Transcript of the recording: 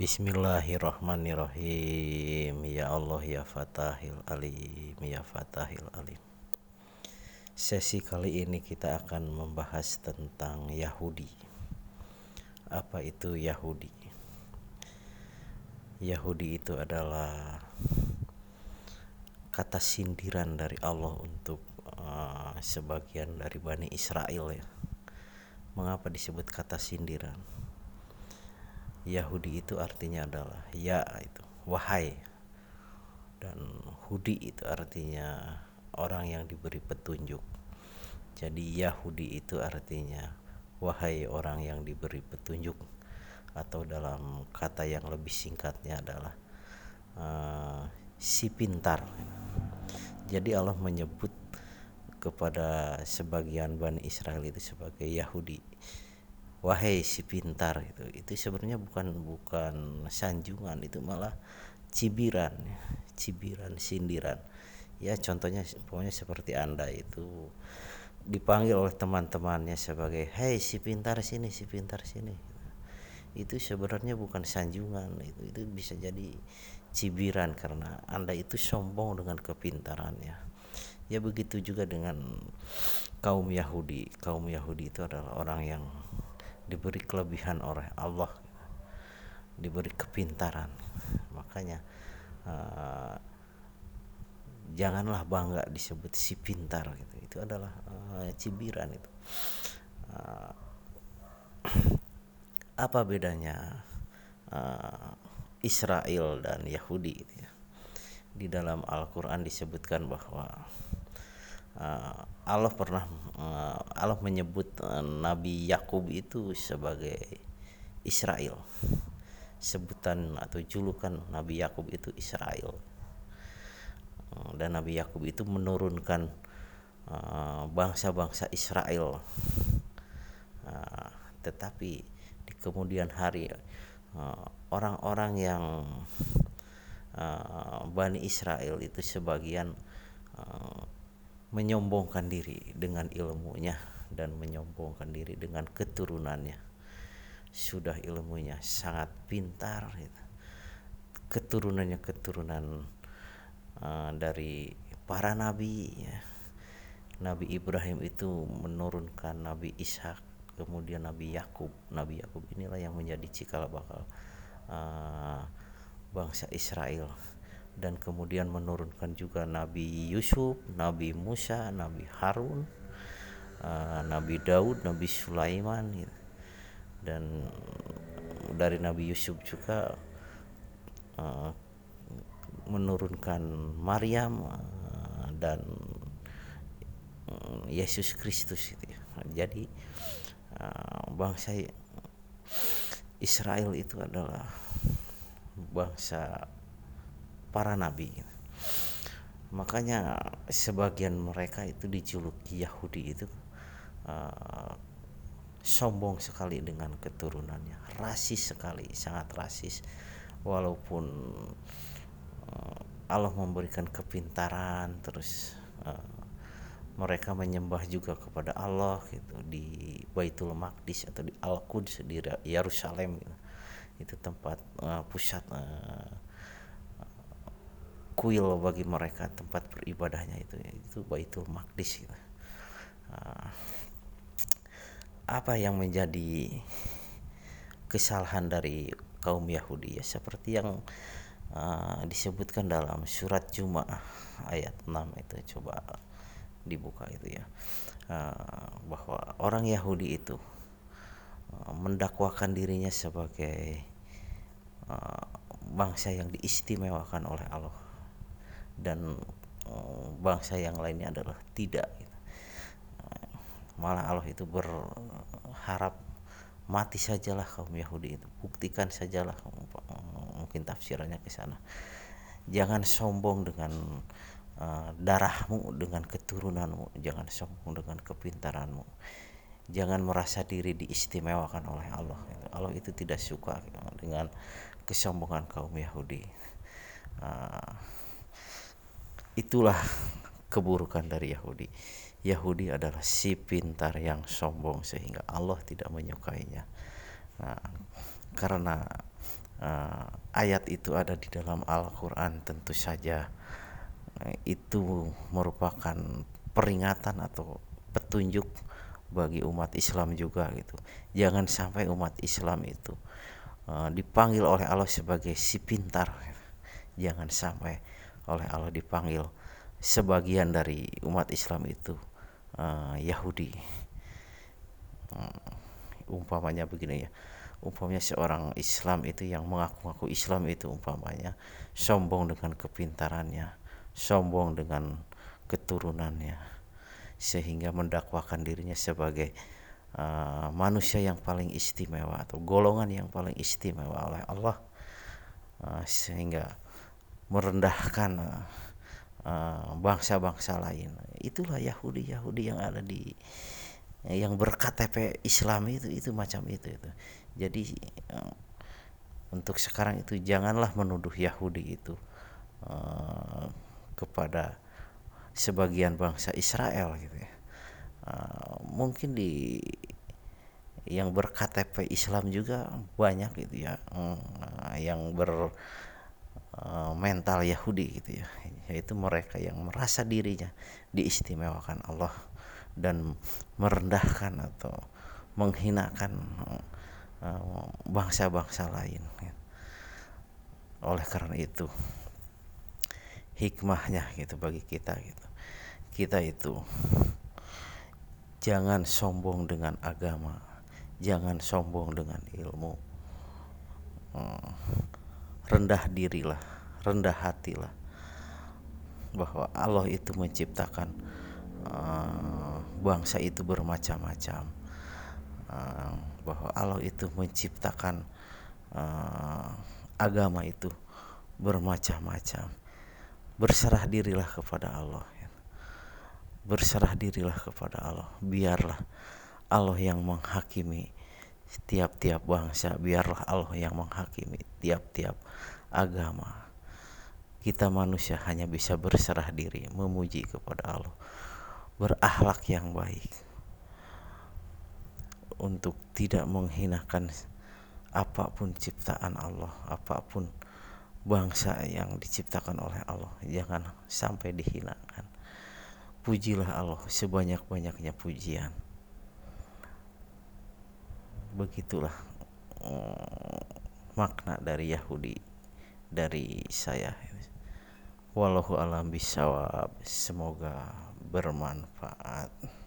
Bismillahirrahmanirrahim. Ya Allah ya Fatahil Alim, ya Fatahil Alim. Sesi kali ini kita akan membahas tentang Yahudi. Apa itu Yahudi? Yahudi itu adalah kata sindiran dari Allah untuk sebagian dari Bani Israel ya. Mengapa disebut kata sindiran? Yahudi itu artinya adalah ya itu wahai, dan Hudi itu artinya orang yang diberi petunjuk. Jadi Yahudi itu artinya wahai orang yang diberi petunjuk, atau dalam kata yang lebih singkatnya adalah si pintar. Jadi Allah menyebut kepada sebagian Bani Israel itu sebagai Yahudi, wahai si pintar. Itu sebenarnya bukan sanjungan, itu malah cibiran, sindiran. Ya contohnya pokoknya seperti Anda itu dipanggil oleh teman-temannya sebagai hei si pintar sini, si pintar sini. Itu sebenarnya bukan sanjungan, itu bisa jadi cibiran karena Anda itu sombong dengan kepintarannya. Ya begitu juga dengan kaum Yahudi. Kaum Yahudi itu adalah orang yang diberi kelebihan oleh Allah, diberi kepintaran. Makanya janganlah bangga disebut si pintar gitu. Itu adalah cibiran itu. Apa bedanya Israel dan Yahudi gitu ya? Di dalam Al-Quran disebutkan bahwa Allah menyebut Nabi Yakub itu sebagai Israel. Sebutan atau julukan Nabi Yakub itu Israel. Dan Nabi Yakub itu menurunkan bangsa-bangsa Israel. Tetapi di kemudian hari orang-orang yang Bani Israel itu sebagian menyombongkan diri dengan ilmunya dan menyombongkan diri dengan keturunannya. Sudah ilmunya sangat pintar gitu. Keturunannya keturunan dari para nabi ya. Nabi Ibrahim itu menurunkan Nabi Ishak, kemudian Nabi Yakub. Nabi Yakub inilah yang menjadi cikal bakal bangsa Israel, dan kemudian menurunkan juga Nabi Yusuf, Nabi Musa, Nabi Harun, Nabi Daud, Nabi Sulaiman gitu. Dan dari Nabi Yusuf juga menurunkan Maryam dan Yesus Kristus gitu ya. Jadi bangsa Israel itu adalah bangsa para nabi gitu. Makanya sebagian mereka itu dijuluki Yahudi itu sombong sekali dengan keturunannya, rasis sekali, sangat rasis. Walaupun Allah memberikan kepintaran, terus mereka menyembah juga kepada Allah gitu di Baitul Maqdis atau di Al-Quds di Yerusalem gitu. Itu tempat pusat kuil bagi mereka, tempat beribadahnya itu Baitul Maqdis gitu. Apa yang menjadi kesalahan dari kaum Yahudi ya, seperti yang disebutkan dalam surat Jumu'ah ayat 6 itu, coba dibuka itu ya, bahwa orang Yahudi itu mendakwakan dirinya sebagai bangsa yang diistimewakan oleh Allah, dan bangsa yang lainnya adalah tidak gitu. Malah Allah itu berharap mati sajalah kaum Yahudi itu, buktikan sajalah, mungkin tafsirannya ke sana. Jangan sombong dengan darahmu, dengan keturunanmu, jangan sombong dengan kepintaranmu, jangan merasa diri diistimewakan oleh Allah. Allah itu tidak suka dengan kesombongan kaum Yahudi. Itulah keburukan dari Yahudi. Yahudi adalah si pintar yang sombong sehingga Allah tidak menyukainya. Karena ayat itu ada di dalam Al-Quran, tentu saja itu merupakan peringatan atau petunjuk bagi umat Islam juga gitu. Jangan sampai umat Islam itu dipanggil oleh Allah sebagai si pintar. Jangan sampai oleh Allah dipanggil sebagian dari umat Islam itu Yahudi. Umpamanya begini ya, umpamanya seorang Islam itu yang mengaku-ngaku Islam itu umpamanya sombong dengan kepintarannya, sombong dengan keturunannya, sehingga mendakwakan dirinya sebagai manusia yang paling istimewa atau golongan yang paling istimewa oleh Allah, sehingga merendahkan bangsa-bangsa lain. Itulah Yahudi yang ada di yang berKTP Islam itu macam itu. Jadi untuk sekarang itu janganlah menuduh Yahudi itu kepada sebagian bangsa Israel gitu ya. Mungkin di yang berKTP Islam juga banyak gitu ya, yang mental Yahudi gitu ya, yaitu mereka yang merasa dirinya diistimewakan Allah dan merendahkan atau menghinakan bangsa-bangsa lain. Oleh karena itu hikmahnya gitu bagi kita gitu, kita itu jangan sombong dengan agama, jangan sombong dengan ilmu, rendah dirilah, rendah hatilah, bahwa Allah itu menciptakan bangsa itu bermacam-macam, bahwa Allah itu menciptakan agama itu bermacam-macam. Berserah dirilah kepada Allah, berserah dirilah kepada Allah, biarlah Allah yang menghakimi tiap-tiap bangsa, biarlah Allah yang menghakimi tiap-tiap agama. Kita manusia hanya bisa berserah diri, memuji kepada Allah, berakhlak yang baik, untuk tidak menghinakan apapun ciptaan Allah, apapun bangsa yang diciptakan oleh Allah, jangan sampai dihinakan. Pujilah Allah sebanyak-banyaknya pujian. Begitulah makna dari Yahudi dari saya. Wallahu a'lam bishawab. Semoga bermanfaat.